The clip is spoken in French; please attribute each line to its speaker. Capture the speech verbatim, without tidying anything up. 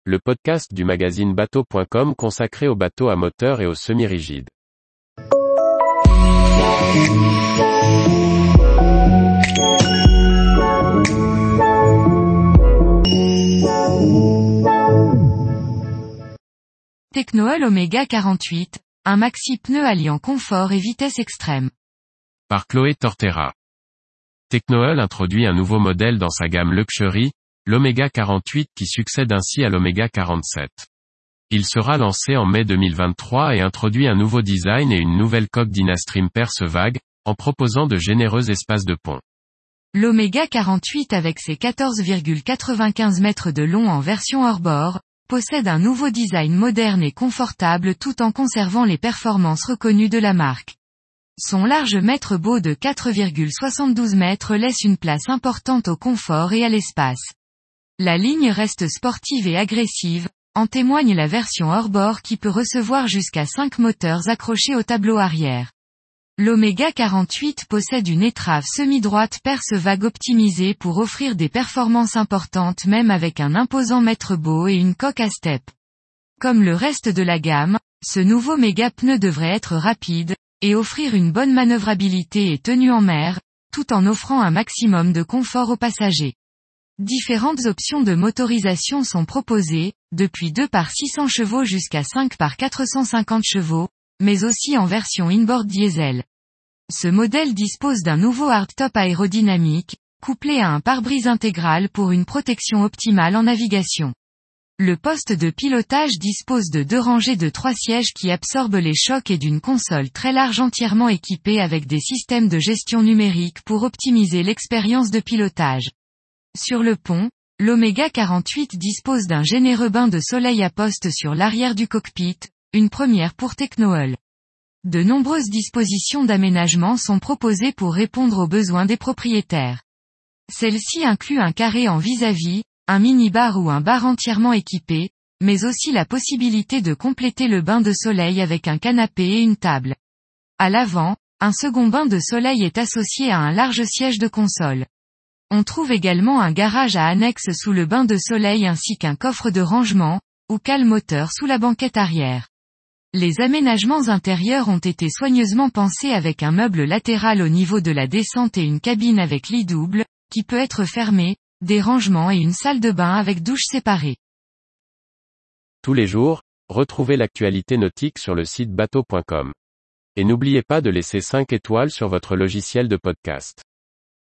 Speaker 1: le podcast du magazine bateau point com consacré aux bateaux à moteur et aux semi-rigides.
Speaker 2: Technohull Omega quarante-huit, un maxi pneu alliant confort et vitesse extrême.
Speaker 1: Par Chloé Tortera. Technohull introduit un nouveau modèle dans sa gamme Luxury, l'Omega quarante-huit qui succède ainsi à l'Omega quarante-sept. Il sera lancé en mai deux mille vingt-trois et introduit un nouveau design et une nouvelle coque Dynastream perce vague, en proposant de généreux espaces de pont.
Speaker 2: L'Omega quarante-huit avec ses quatorze virgule quatre-vingt-quinze mètres de long en version hors-bord, possède un nouveau design moderne et confortable tout en conservant les performances reconnues de la marque. Son large mètre-bau de quatre virgule soixante-douze mètres laisse une place importante au confort et à l'espace. La ligne reste sportive et agressive, en témoigne la version hors-bord qui peut recevoir jusqu'à cinq moteurs accrochés au tableau arrière. L'Omega quarante-huit possède une étrave semi-droite perce vague optimisée pour offrir des performances importantes même avec un imposant mètre-bau et une coque à step. Comme le reste de la gamme, ce nouveau méga pneu devrait être rapide, et offrir une bonne manœuvrabilité et tenue en mer, tout en offrant un maximum de confort aux passagers. Différentes options de motorisation sont proposées, depuis deux par six cents chevaux jusqu'à cinq par quatre cent cinquante chevaux, mais aussi en version inboard diesel. Ce modèle dispose d'un nouveau hardtop aérodynamique, couplé à un pare-brise intégral pour une protection optimale en navigation. Le poste de pilotage dispose de deux rangées de trois sièges qui absorbent les chocs et d'une console très large entièrement équipée avec des systèmes de gestion numérique pour optimiser l'expérience de pilotage. Sur le pont, l'Omega quarante-huit dispose d'un généreux bain de soleil à poste sur l'arrière du cockpit, une première pour Technohull. De nombreuses dispositions d'aménagement sont proposées pour répondre aux besoins des propriétaires. Celles-ci incluent un carré en vis-à-vis, un mini-bar ou un bar entièrement équipé, mais aussi la possibilité de compléter le bain de soleil avec un canapé et une table. À l'avant, un second bain de soleil est associé à un large siège de console. On trouve également un garage à annexe sous le bain de soleil ainsi qu'un coffre de rangement, ou cale-moteur sous la banquette arrière. Les aménagements intérieurs ont été soigneusement pensés avec un meuble latéral au niveau de la descente et une cabine avec lit double, qui peut être fermée, des rangements et une salle de bain avec douche séparée.
Speaker 1: Tous les jours, retrouvez l'actualité nautique sur le site bateau point com. Et n'oubliez pas de laisser cinq étoiles sur votre logiciel de podcast.